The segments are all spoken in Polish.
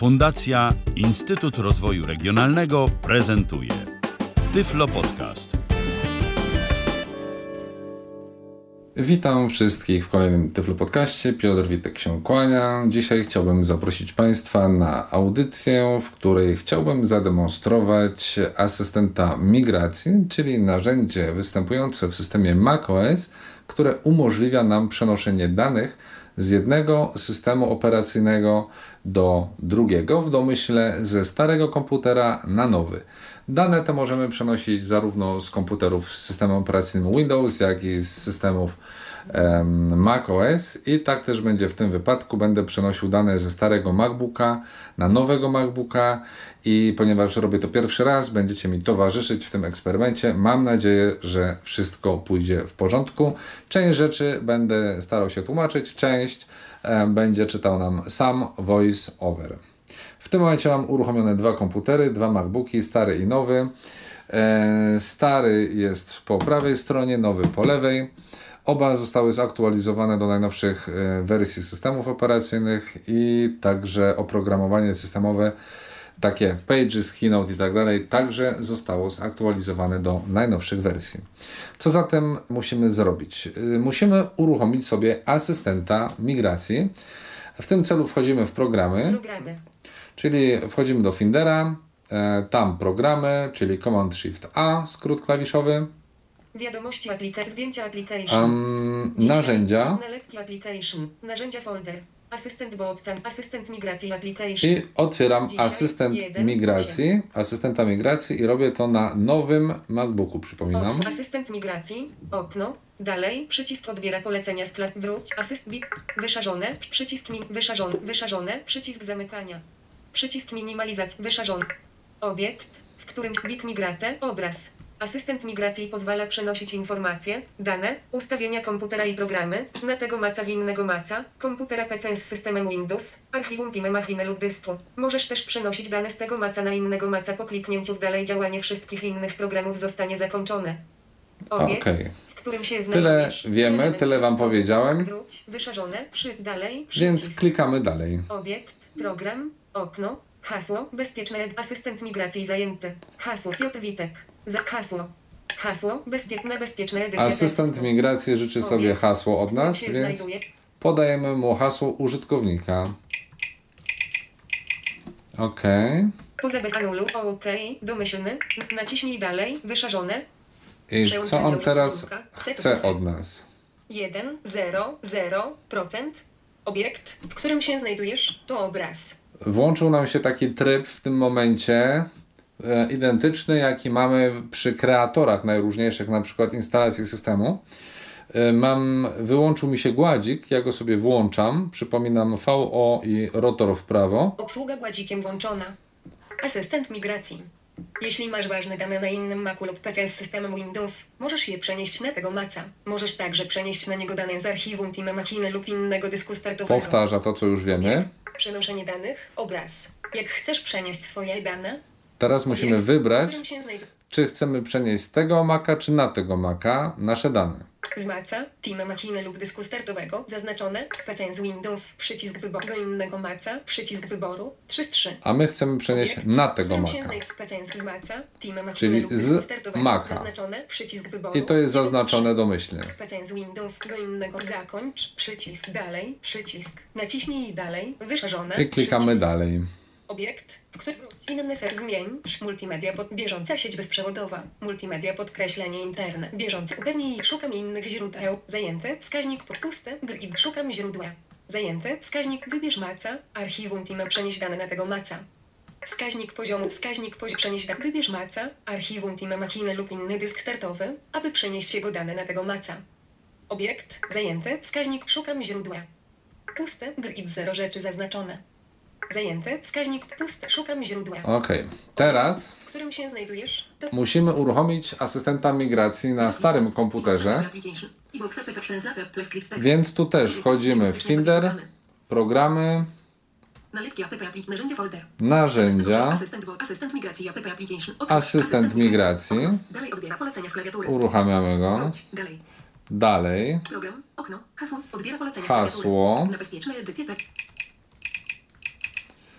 Fundacja Instytut Rozwoju Regionalnego prezentuje Tyflo Podcast. Witam wszystkich w kolejnym Tyflo Podcaście. Piotr Witek się kłania. Dzisiaj chciałbym zaprosić Państwa na audycję, w której chciałbym zademonstrować asystenta migracji, czyli narzędzie występujące w systemie macOS, które umożliwia nam przenoszenie danych z jednego systemu operacyjnego do drugiego, w domyśle ze starego komputera na nowy. Dane te możemy przenosić zarówno z komputerów z systemem operacyjnym Windows, jak i z systemów macOS i tak też będzie w tym wypadku. Będę przenosił dane ze starego MacBooka na nowego MacBooka i ponieważ robię to pierwszy raz, będziecie mi towarzyszyć w tym eksperymencie. Mam nadzieję, że wszystko pójdzie w porządku. Część rzeczy będę starał się tłumaczyć, część będzie czytał nam sam voice over. W tym momencie mam uruchomione dwa komputery, dwa MacBooki, stary i nowy. Stary jest po prawej stronie, nowy po lewej. Oba zostały zaktualizowane do najnowszych wersji systemów operacyjnych i także oprogramowanie systemowe takie jak Pages, Keynote i tak dalej także zostało zaktualizowane do najnowszych wersji. Co zatem musimy zrobić? Musimy uruchomić sobie asystenta migracji. W tym celu wchodzimy w programy. Czyli wchodzimy do Findera, tam programy, czyli Command Shift A, skrót klawiszowy. Wiadomości zdjęcia application. Narzędzia. Application. Narzędzia folder. Asystent bodźca, asystent migracji application. I otwieram asystenta migracji i robię to na nowym MacBooku, przypominam. Asystent migracji, okno, dalej, przycisk odbiera polecenia wróć, wyszarzone, przycisk wyszarzone, przycisk zamykania. Przycisk minimalizacji, wyszarzony. Obiekt, w którym Big Migrate, obraz. Asystent migracji pozwala przenosić informacje, dane, ustawienia komputera i programy, na tego maca z innego maca, komputera PC z systemem Windows, archiwum Time Machine lub dysku. Możesz też przenosić dane z tego maca na innego maca po kliknięciu w dalej. Działanie wszystkich innych programów zostanie zakończone. Obiekt, w którym się znajdujesz. Tyle wiemy, tyle Wam powiedziałem. Wróć, wyszarzone, dalej, więc klikamy dalej. Obiekt, program, okno, hasło, bezpieczne, asystent migracji zajęty. Hasło, Piotr Witek. Hasło, bezpieczne edycja. Asystent migracji życzy sobie hasło od nas, więc podajemy mu hasło użytkownika. OK. Poza bez anulu, OK, domyślny, naciśnij dalej, wyszarzone. I co on teraz chce od nas? 1,0,0%. Obiekt, w którym się znajdujesz, to obraz. Włączył nam się taki tryb w tym momencie, identyczny jaki mamy przy kreatorach najróżniejszych, na przykład instalacji systemu. Wyłączył mi się gładzik, ja go sobie włączam, przypominam VO i rotor w prawo. Obsługa gładzikiem włączona. Asystent migracji. Jeśli masz ważne dane na innym Macu lub PC z systemem Windows, możesz je przenieść na tego maca. Możesz także przenieść na niego dane z archiwum Time Machine lub innego dysku startowego. Powtarza to, co już wiemy. Przenoszenie danych, obraz. Jak chcesz przenieść swoje dane? Teraz musimy wybrać, czy chcemy przenieść z tego Maca, czy na tego Maca nasze dane. Z maca, Time Machine lub dysku startowego, zaznaczone, z PC z Windows, przycisk wyboru, do innego maca, przycisk wyboru, 3 z 3. A my chcemy przenieść na tego Maca. Czyli z Maca. Zaznaczone, przycisk wyboru, i to jest zaznaczone domyślnie. Z PC z Windows, do innego, zakończ, przycisk dalej, przycisk, naciśnij dalej, wyszarzone, i klikamy przycisk. dalej. Obiekt, w którym inny ser zmień, multimedia bieżąca sieć bezprzewodowa, multimedia podkreślenie interne, bieżące, upewnij, szukam innych źródeł, zajęte, wskaźnik puste, grid, szukam źródła, zajęte, wskaźnik, wybierz maca, archiwum Time, przenieś dane na tego maca. Wskaźnik poziomu, przenieść dane, wybierz maca, archiwum Time Machine lub inny dysk startowy, aby przenieść jego dane na tego maca. Obiekt, zajęte, wskaźnik, szukam źródła. Puste, grid, 0 rzeczy zaznaczone. Zajęte, wskaźnik pusty, szukam źródła. Okej. Teraz w którym się znajdujesz? musimy uruchomić asystenta migracji na starym komputerze. Więc tu też wchodzimy w Finder, programy, narzędzia, asystent migracji. Uruchamiamy go. Dalej. Hasło.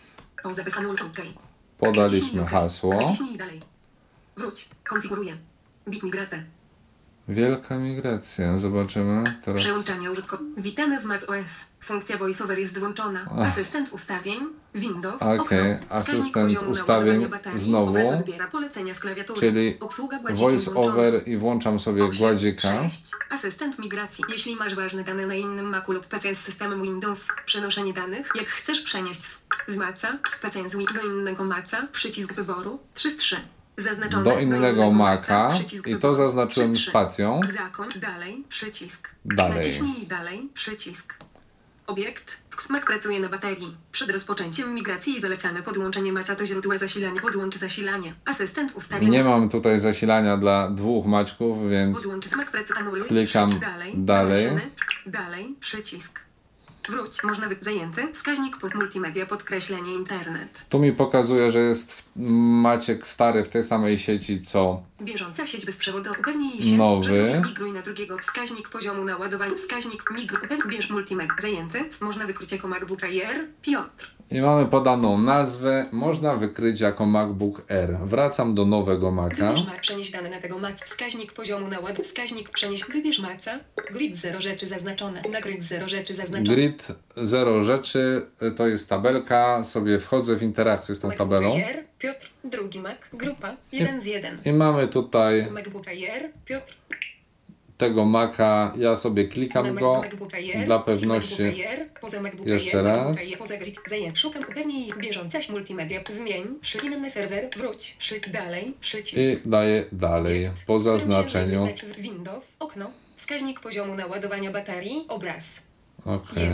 Pauza bez anul. OK. Podaliśmy hasło. Naciśnij dalej. Wróć. Konfiguruję. Bit migrate. Wielka migracja. Zobaczymy teraz. Przełączania użytkownika. Witamy w macOS. Funkcja VoiceOver jest włączona. Asystent ustawień. Windows. Okej, asystent ustawień znowu, odbiera polecenia z klawiatury. czyli Obsługa gładziki voice włączona. over i włączam sobie gładzika. 6. Asystent migracji. Jeśli masz ważne dane na innym Macu lub PC z systemem Windows, przenoszenie danych, jak chcesz przenieść z Maca, z PC do innego Maca, przycisk wyboru, 3 zaznaczone Do innego Maca przycisk i to wyboru, zaznaczyłem 3. spacją. Zakoń, dalej, przycisk. Dalej. Naciśnij dalej, przycisk. Obiekt. Mac pracuje na baterii. Przed rozpoczęciem migracji zalecamy podłączenie Maca do źródła zasilania. Podłącz zasilanie. Asystent ustawień. Nie mam tutaj zasilania dla 2 Maćków, więc Podłącz Mac pracuje. Anuluj. klikam Przycisk dalej. Dalej. Przycisk. Wróć. Można zajęty. Wskaźnik pod multimedia podkreślenie internet. Tu mi pokazuje, że jest Maciek stary w tej samej sieci co Bieżąca sieć bezprzewodowa. Upewnij się, nowy. że migruj na drugiego. Wskaźnik poziomu naładowania. Wskaźnik migruj. Bierz multimedia. Zajęty. Można wykryć jako MacBook Air. Piotr. I mamy podaną nazwę. Można wykryć jako MacBook Air. Wracam do nowego Maca. Wybierz Mac, przenieść dane na tego Maca. Wskaźnik poziomu naładowania. Wskaźnik przenieść. Wybierz Maca. Grid 0 rzeczy zaznaczone. Na grid 0 rzeczy zaznaczone. Grid 0 rzeczy to jest tabelka. Sobie wchodzę w interakcję z tą MacBook tabelą. Air, Piotr, drugi Mac, grupa 1 z 1. I mamy tutaj MacBook Air, Piotr, tego Maca. Ja sobie klikam go MacBook Air, dla pewności. MacBook Air, poza MacBook Jeszcze Air, raz. MacBook Air, poza grid, zajęty. Szukam upewnij bieżąca multimedia. Zmień, inny serwer, wróć, dalej, przycisk. I daję dalej po zaznaczeniu. Windows, okno, wskaźnik poziomu naładowania baterii, obraz. Okej.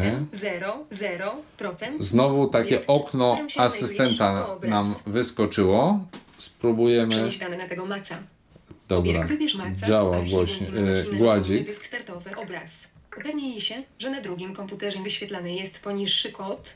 1,00%. Znowu takie Obiekt, w okno którym się asystenta znajdujesz, obraz. nam wyskoczyło. Spróbujemy. Przenieść dane na tego Maca. Dobra, Obiekt, wybierz Maca. działa Archiwum, głośniej. maszina, Gładzik. dysk startowy, obraz. Upewnij się, że na drugim komputerze wyświetlany jest poniższy kod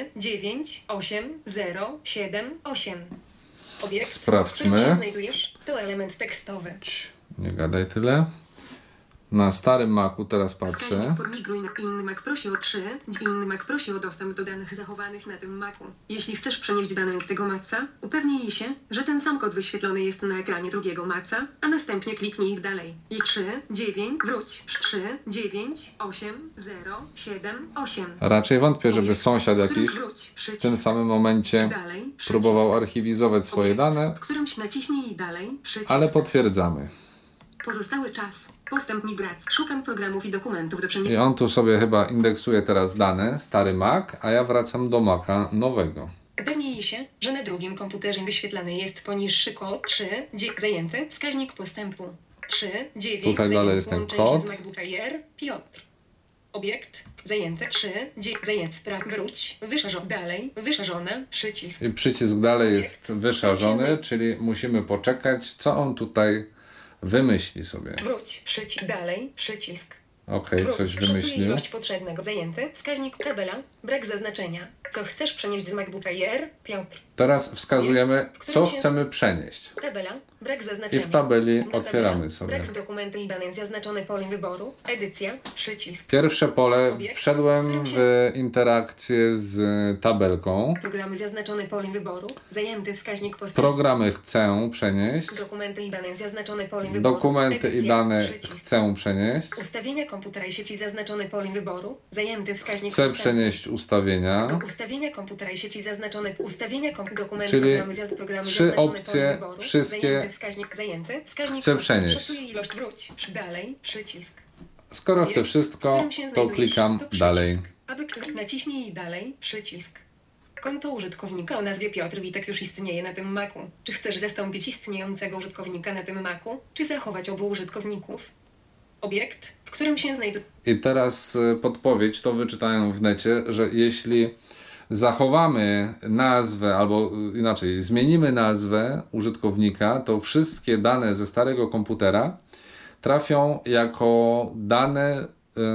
3980778. Obiekt, Sprawdźmy. w którym się znajdujesz, to element tekstowy. Nie gadaj tyle. Na starym Macu teraz patrzę. Wskaźnik podmigruj na inny Mac prosi o 3. Inny Mac prosi o dostęp do danych zachowanych na tym Macu. Jeśli chcesz przenieść dane z tego Maca, upewnij się, że ten sam kod wyświetlony jest na ekranie drugiego Maca, a następnie kliknij w dalej. I 3980778. Raczej wątpię, żeby sąsiad jakiś w tym samym momencie dalej, próbował archiwizować swoje dane, w którymś naciśnij dalej, przycisk. ale potwierdzamy. Pozostały czas. Postęp migracji. Szukam programów i dokumentów do I przeniesienia. on tu sobie chyba indeksuje teraz dane, stary Mac, a ja wracam do Maca nowego. Upewnij się, że na drugim komputerze wyświetlany jest poniższy kod 3, zajęty, wskaźnik postępu 3, 9, Tutaj dalej jest ten łączenie kod. się z MacBook Air, Piotr. Obiekt, zajęty 3, zajęty, wróć, wyszarzone, dalej, wyszarzone, przycisk. I przycisk dalej jest wyszarzony, czyli musimy poczekać, co on tutaj wymyśli sobie. Wróć, przycisk, dalej, przycisk. Okej, Wróć, coś szacuje wymyślił. ilość potrzebnego, zajęty, wskaźnik, tabela, brak zaznaczenia. Co chcesz przenieść z MacBooka Air, Piotr? Teraz wskazujemy, w którym co się- chcemy przenieść. Tabela, brak zaznaczenia. I w tabeli Tabela, otwieramy sobie. Brak dokumenty i dane zaznaczone polem wyboru. Edycja, przycisk. Pierwsze pole, Obiekt, wszedłem w którym w interakcję z tabelką. Programy zaznaczone polem wyboru. Zajęty wskaźnik postępu. Programy chcę przenieść. Dokumenty i dane zaznaczone polem wyboru. Dokumenty i Edycja, dane przycisk. chcę przenieść. Ustawienia komputera i sieci zaznaczone polem wyboru. Zajęty wskaźnik Chcę postępu. przenieść ustawienia. Do ustawienia komputera i sieci zaznaczone ustawienia dokumenty, Czyli programy 3 zaznaczone opcje, polem wyboru. wszystkie Zajęty wskaźnik, zajęty wskaźnik chcę postępu. przenieść. Szacuje ilość, wróć, dalej, przycisk. Skoro chcę Obiekt, w wszystko, którym się to znajdujesz, klikam to przycisk. dalej. Aby naciśnij dalej, przycisk. Konto użytkownika o nazwie Piotr Witek już istnieje na tym Macu. Czy chcesz zastąpić istniejącego użytkownika na tym Macu, czy zachować obu użytkowników? Obiekt, w którym się znajduje. I teraz podpowiedź, to wyczytałem w necie, że jeśli zachowamy nazwę, albo inaczej, zmienimy nazwę użytkownika, to wszystkie dane ze starego komputera trafią jako dane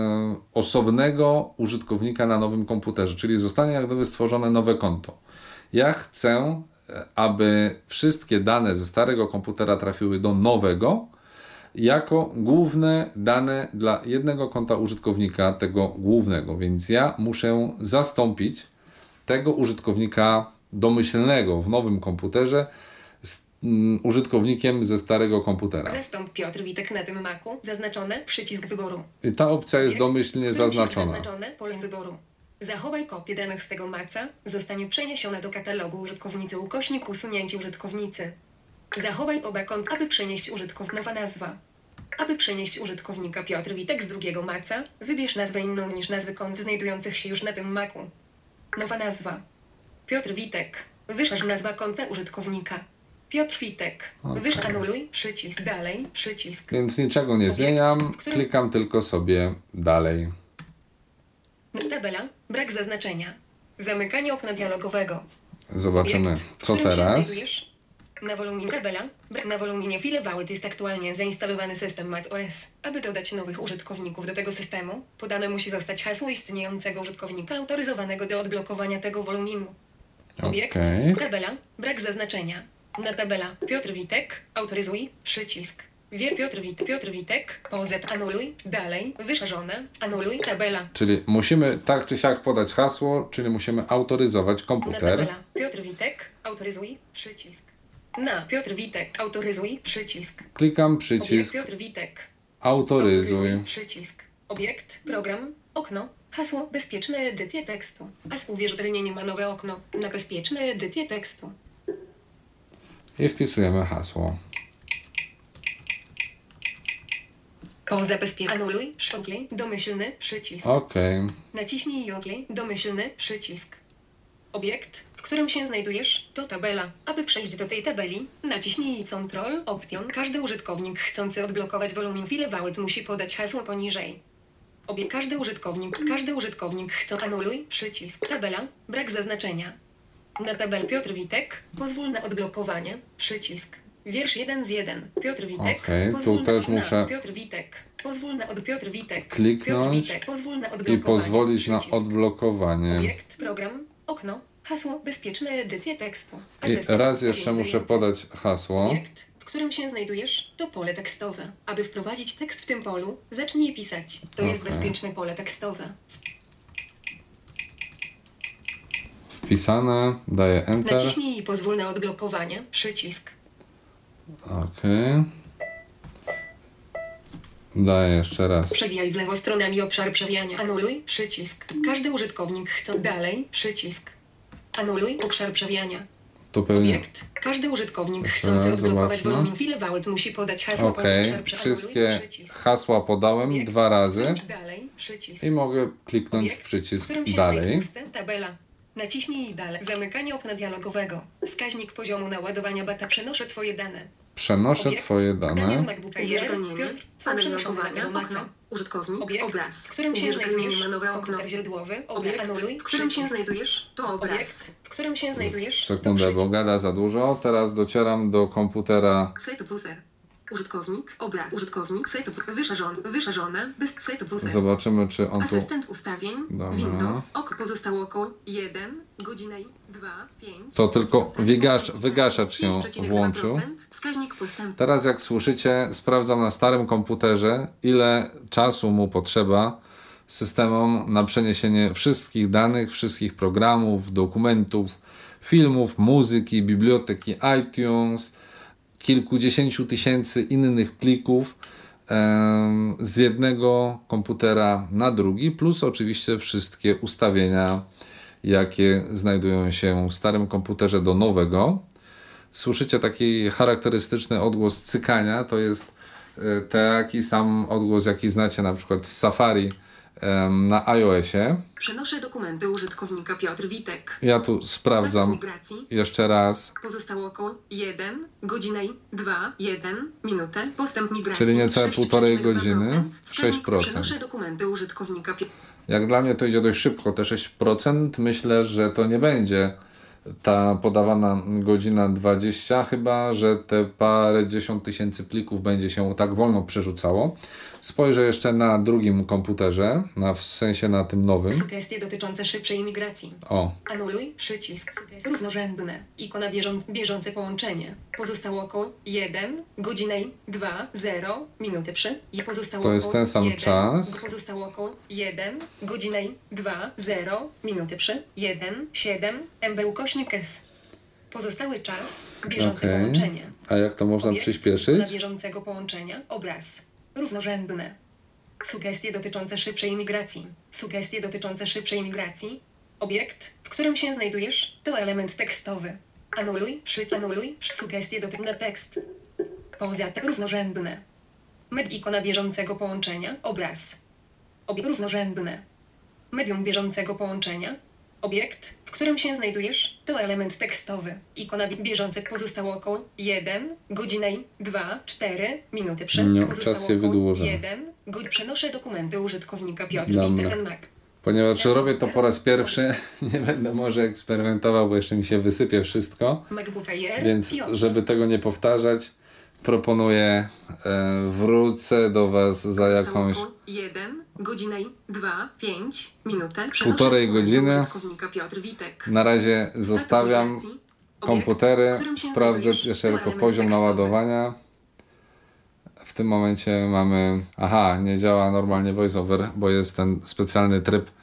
osobnego użytkownika na nowym komputerze, czyli zostanie jak gdyby stworzone nowe konto. Ja chcę, aby wszystkie dane ze starego komputera trafiły do nowego, jako główne dane dla jednego konta użytkownika, tego głównego, więc ja muszę zastąpić tego użytkownika domyślnego w nowym komputerze z użytkownikiem ze starego komputera. Zastąp Piotr Witek na tym Macu. Zaznaczone. Przycisk wyboru. I ta opcja jest domyślnie zaznaczona. Zaznaczone pole wyboru. Zachowaj kopię danych z tego Maca. Zostanie przeniesiona do katalogu użytkownicy /usunięcie użytkownicy. Zachowaj oba konta, aby przenieść użytkownika. Nowa nazwa. Aby przenieść użytkownika Piotr Witek z drugiego Maca, wybierz nazwę inną niż nazwy kont znajdujących się już na tym Macu. Nowa nazwa. Piotr Witek. Wyszarz nazwa konta użytkownika. Piotr Witek. Wysz anuluj. Przycisk. Dalej. Przycisk. Więc niczego nie zmieniam. Klikam tylko sobie dalej. Tabela. Brak zaznaczenia. Zamykanie okna dialogowego. Zobaczymy, co teraz. Na woluminie tabela. Na woluminie file Vault jest aktualnie zainstalowany system macOS. Aby dodać nowych użytkowników do tego systemu, podane musi zostać hasło istniejącego użytkownika autoryzowanego do odblokowania tego woluminu. Obiekt. Tabela. Brak zaznaczenia. Na tabela. Piotr Witek. Autoryzuj. Przycisk. Piotr Witek. POZ. Anuluj. Dalej. Wyszarzone. Anuluj. Tabela. Czyli musimy tak czy siak podać hasło, czyli musimy autoryzować Na komputer. tabela. Piotr Witek. Autoryzuj. Przycisk. Na Piotr Witek. Autoryzuj. Przycisk. Klikam Obiekt. przycisk Piotr Witek. autoryzuj. Przycisk. Obiekt. Program. Okno. Hasło. Bezpieczna edycja tekstu. Uwierzytelnienie ma nowe okno. Na bezpieczną edycję tekstu. I wpisujemy hasło. Poza bezpieczny. Anuluj. OK. Domyślny. Przycisk. OK. Naciśnij OK. Domyślny. Przycisk. Obiekt, w którym się znajdujesz, to tabela. Aby przejść do tej tabeli, naciśnij Ctrl Option. Każdy użytkownik chcący odblokować wolumin file Vault musi podać hasło poniżej. Każdy użytkownik chce anuluj. Przycisk. Tabela. Brak zaznaczenia. Na tabel Piotr Witek. Pozwól na odblokowanie. Przycisk. Wiersz 1 z 1. Piotr Witek. Okej, Pozwól tu też na muszę Piotr Witek. Pozwól na Piotr Witek. kliknąć Piotr Witek. Pozwól na i odblokowanie. pozwolić na Przycisk. odblokowanie. Obiekt, program, okno, hasło, bezpieczna edycja tekstu. I raz jeszcze muszę podać hasło. Obiekt, w którym się znajdujesz, to pole tekstowe. Aby wprowadzić tekst w tym polu, zacznij pisać. To jest bezpieczne pole tekstowe. Wpisane, daję Enter. Naciśnij i pozwól na odblokowanie. Przycisk. OK. Daję jeszcze raz. Przewijaj w lewo stronami obszar przewijania. Anuluj. Przycisk. Każdy użytkownik chce dalej. Przycisk. Anuluj obszar przewijania. Tu pewnie. Obiekt. Każdy użytkownik Jeszcze chcący raz odblokować zobaczmy. wolumin file Vault musi podać hasło OK. obszar Wszystkie Anuluj. Przycisk. hasła podałem Obiekt. 2 razy Dalej. Przycisk. i mogę kliknąć w Obiekt, w przycisk którym się dalej. znajduje puste tabela. Naciśnij dalej. Zamykanie okna dialogowego. Wskaźnik poziomu naładowania bata. Przenoszę twoje dane. Przenoszę Obiekt. Twoje Koniec dane. MacBooka. Uwierzytelnienie. Analogowania. Okno. Użytkownik. Obiekt. Obraz. W którym się Uwierzytelnienie znajdujesz. ma nowe okno. Komputer źródłowy. Obiekt, Anuluj. w którym się Przycisk. znajdujesz, to obraz. Obiekt. W którym się znajdujesz. Sekundę, to bo gada za dużo. Teraz docieram do komputera. Sejtopuser. Użytkownik, obraz, użytkownik, wyszarzone, bez sejtopuser. Zobaczymy, czy on tu... Asystent ustawień, Dobra. Windows, pozostało około 1, godzina i 2, 5. To tylko wygaszacz się 5,2%, włączył. Wskaźnik postępu. Teraz jak słyszycie, sprawdzam na starym komputerze, ile czasu mu potrzeba systemom na przeniesienie wszystkich danych, wszystkich programów, dokumentów, filmów, muzyki, biblioteki iTunes, kilkudziesięciu tysięcy innych plików z jednego komputera na drugi, plus oczywiście wszystkie ustawienia, jakie znajdują się w starym komputerze do nowego. Słyszycie taki charakterystyczny odgłos cykania, to jest taki sam odgłos, jaki znacie na przykład z Safari na iOSie. Przenoszę dokumenty użytkownika Piotr Witek. Ja tu Status sprawdzam migracji. jeszcze raz, Pozostało około 1, godzina i 2, 1, minutę. Postęp migracji. czyli niecałe 6,2%. półtorej godziny, Wskaźnik 6%. Przenoszę dokumenty użytkownika Piotr. Jak dla mnie to idzie dość szybko, te 6%. Myślę, że to nie będzie ta podawana godzina 20, chyba że te parę dziesiąt tysięcy plików będzie się tak wolno przerzucało. Spojrzę jeszcze na drugim komputerze, w sensie na tym nowym. Sugestie dotyczące szybszej migracji. O, Anuluj. Przycisk. Równorzędne. Ikona bieżące połączenie. Pozostało około 1, godzina i 2, 0, minuty przy. I pozostało To jest około ten sam 1, czas. Pozostało około 1, godzina i 2, 0, minuty przy. 1, 7, MB ukośnik S. Pozostały czas. Bieżące Okej. połączenie. A jak to można Obiekt przyspieszyć? ikona bieżącego połączenia. Obraz. Równorzędne. Sugestie dotyczące szybszej migracji. Sugestie dotyczące szybszej migracji. Obiekt, w którym się znajdujesz, to element tekstowy. Anuluj, sugestie dotyczące tekst. Poza równorzędne. Ikona bieżącego połączenia. Obraz. Obiekt równorzędne. Medium bieżącego połączenia. Obiekt, w którym się znajdujesz, to element tekstowy. Ikona bieżących pozostało około 1 godzina i 2-4 minuty. Nie, Pozostało czas się około wydłuża. 1 godzin. Przenoszę dokumenty użytkownika Piotr Dobra. Witek Mac. Ponieważ robię to po raz pierwszy, nie będę może eksperymentował, bo jeszcze mi się wysypie wszystko. MacBook Air. Więc Piotr. żeby tego nie powtarzać, proponuję, wrócę do Was za jakąś 1 godzina i 2-5 minutę. Półtorej godziny. Użytkownika Piotr Witek. Na razie zostawiam migracji. komputery, Obiekt, w którym się sprawdzę znajdujesz, jeszcze to tylko element poziom tekstowy. naładowania. W tym momencie mamy... Aha, nie działa normalnie VoiceOver, bo jest ten specjalny tryb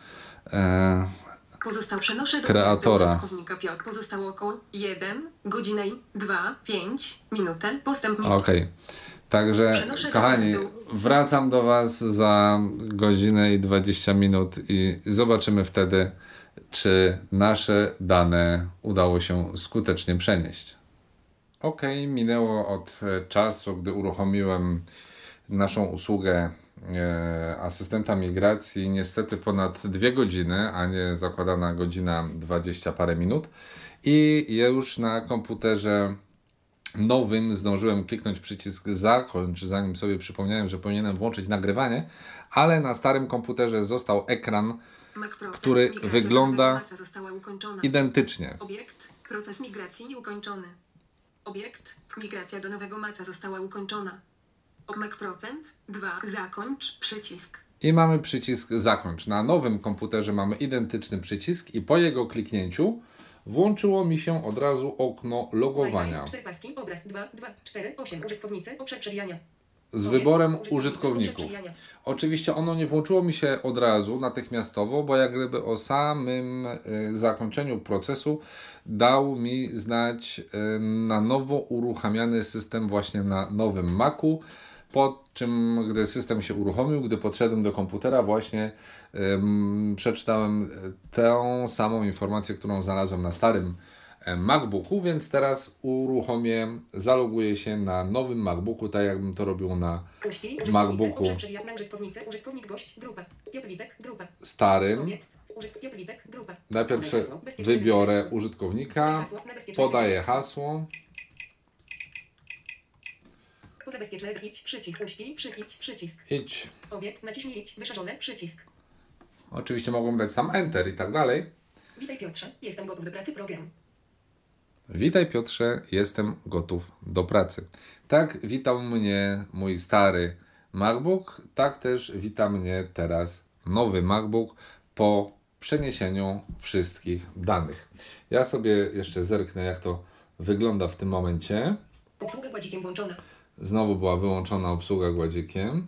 Przenoszę kreatora. dokumenty użytkownika Piotr. Pozostało około 1 godzina i 2-5 minutę. Postępnik. Okej. Także, Przenoszę kochani, dokumentu. wracam do Was za godzinę i 20 minut i zobaczymy wtedy, czy nasze dane udało się skutecznie przenieść. Okej, minęło od czasu, gdy uruchomiłem naszą usługę asystenta migracji, niestety ponad 2 godziny, a nie zakładana godzina 20 parę minut. I już na komputerze nowym zdążyłem kliknąć przycisk zakończ, zanim sobie przypomniałem, że powinienem włączyć nagrywanie, ale na starym komputerze został ekran Mac Pro. który Migracja wygląda do nowego maca została ukończona. identycznie. Obiekt. Proces migracji ukończony. Obiekt. Migracja do nowego maca została ukończona. Mac procent 2. Zakończ przycisk. I mamy przycisk zakończ. Na nowym komputerze mamy identyczny przycisk i po jego kliknięciu włączyło mi się od razu okno logowania Wi-Fi, 4 paski, obraz 2, 2, 4, 8. Użytkownicy, obszar przewijania. z Obiekt, wyborem użytkownicy, użytkowników. obszar przewijania. Oczywiście ono nie włączyło mi się od razu, natychmiastowo, bo jak gdyby o samym zakończeniu procesu dał mi znać na nowo uruchamiany system właśnie na nowym Macu, po czym gdy system się uruchomił, gdy podszedłem do komputera właśnie przeczytałem tę samą informację, którą znalazłem na starym MacBooku, więc teraz uruchomię, zaloguję się na nowym MacBooku, tak jakbym to robił na MacBooku Użytkownik gość, grupa. Piotr Witek, grupa. starym. Obiekt, Piotr Witek, grupa. Najpierw Podaj hasło, bezpieczne wybiorę edycja tekstu. użytkownika, Hasło, na bezpieczne podaję edycja tekstu. hasło, Poza bezpieczne idź, przycisk, idź, przycisk. idź. Obiekt, naciśnij idź, wyszerzone, przycisk. Oczywiście mogłem dać sam Enter i tak dalej. Witaj Piotrze, jestem gotów do pracy, program. Witaj Piotrze, jestem gotów do pracy. Tak witał mnie mój stary MacBook, tak też wita mnie teraz nowy MacBook po przeniesieniu wszystkich danych. Ja sobie jeszcze zerknę, jak to wygląda w tym momencie. Obsługa gładzikiem włączona. Znowu była wyłączona obsługa gładzikiem.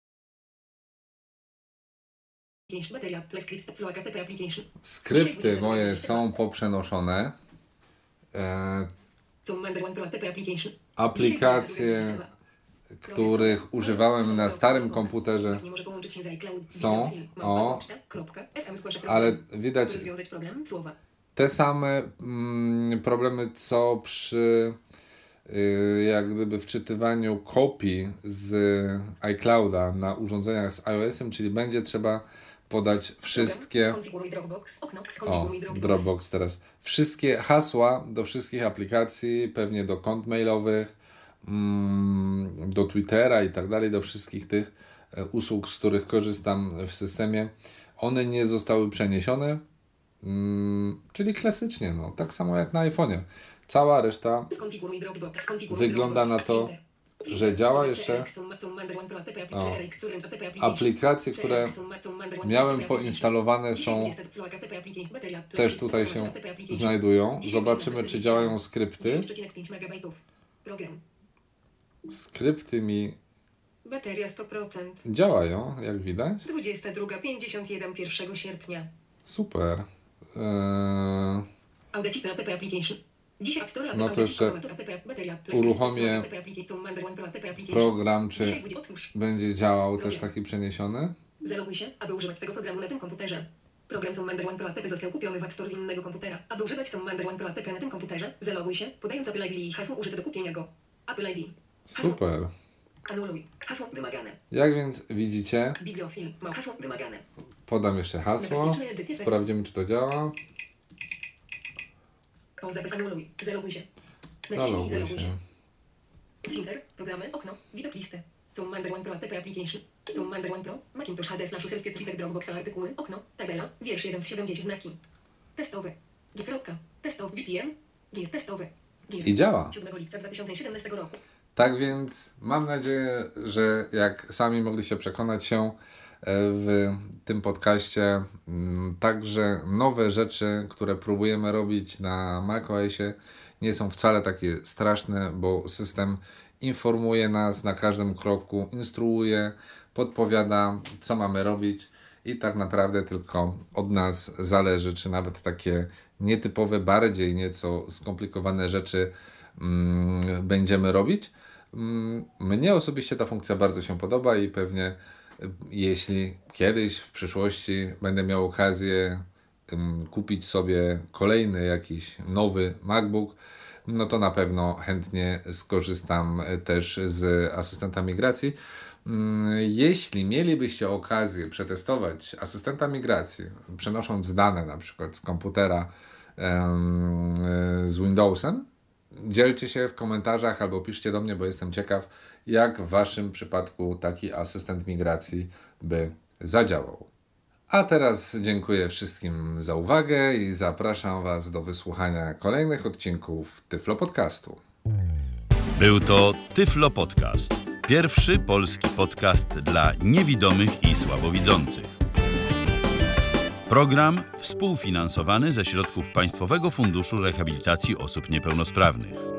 Bateria, PlayScript, Sloaka, PP Application. Skrypty moje są poprzenoszone. Commander One Pro, PP Application. Aplikacje, których używałem na starym komputerze, Nie może połączyć się z iCloud. są, FM, ale widać rozwiązać problem, słowa. te same problemy, co przy jak gdyby wczytywaniu kopii z iClouda na urządzeniach z iOS-em, czyli będzie trzeba podać wszystkie... Skonfiguruj Dropbox, okno, O, skonfiguruj Dropbox. Dropbox teraz. Wszystkie hasła do wszystkich aplikacji, pewnie do kont mailowych, do Twittera i tak dalej, do wszystkich tych usług, z których korzystam w systemie, one nie zostały przeniesione, czyli klasycznie, no, tak samo jak na iPhone'ie. Cała reszta Skonfiguruj Dropbox, wygląda na to, że działa jeszcze. Aplikacje, które miałem poinstalowane, są też tutaj się znajdują. Zobaczymy, czy działają skrypty. 9,5 MB. Program. Skrypty mi Bateria 100%. działają, jak widać. 22:51 1 sierpnia. Super. Audacity app application. Dzisiaj App Store, No to jeszcze uruchomię program, czy Dzisiaj otwórz. będzie działał też taki przeniesiony. Zaloguj się, aby używać tego programu na tym komputerze. Program Commander One Pro App został kupiony w App Store z innego komputera. Aby używać Commander One Pro App na tym komputerze, zaloguj się, podając Apple ID i hasło użyte do kupienia go. Apple ID. Hasło. Super. Anuluj. Hasło wymagane. Jak więc widzicie, Bibliofil. Hasło wymagane. podam jeszcze hasło. Sprawdzimy, czy to działa. Zapis anuluj. Zaloguj się. Zaloguj się. Finder. Programy. Okno. Widok listy. Commander One Pro App Application. Commander One Pro. Macintosh HD/User Witek Dropbox artykuły. Okno. Tabela. Wiersz 1 z 70 znaki. Testowy. G. Testowy VPN. G. Testowy. G. I działa. 7 lipca 2017 roku. Tak więc mam nadzieję, że jak sami mogliście przekonać się w tym podcaście, także nowe rzeczy, które próbujemy robić na macOSie, nie są wcale takie straszne, bo system informuje nas na każdym kroku, instruuje, podpowiada, co mamy robić i tak naprawdę tylko od nas zależy, czy nawet takie nietypowe, bardziej nieco skomplikowane rzeczy będziemy robić. Mnie osobiście ta funkcja bardzo się podoba i pewnie jeśli kiedyś w przyszłości będę miał okazję kupić sobie kolejny jakiś nowy MacBook, no to na pewno chętnie skorzystam też z asystenta migracji. Jeśli mielibyście okazję przetestować asystenta migracji, przenosząc dane na przykład z komputera z Windowsem, dzielcie się w komentarzach albo piszcie do mnie, bo jestem ciekaw, jak w Waszym przypadku taki asystent migracji by zadziałał. A teraz dziękuję wszystkim za uwagę i zapraszam Was do wysłuchania kolejnych odcinków Tyflo Podcastu. Był to Tyflo Podcast. Pierwszy polski podcast dla niewidomych i słabowidzących. Program współfinansowany ze środków Państwowego Funduszu Rehabilitacji Osób Niepełnosprawnych.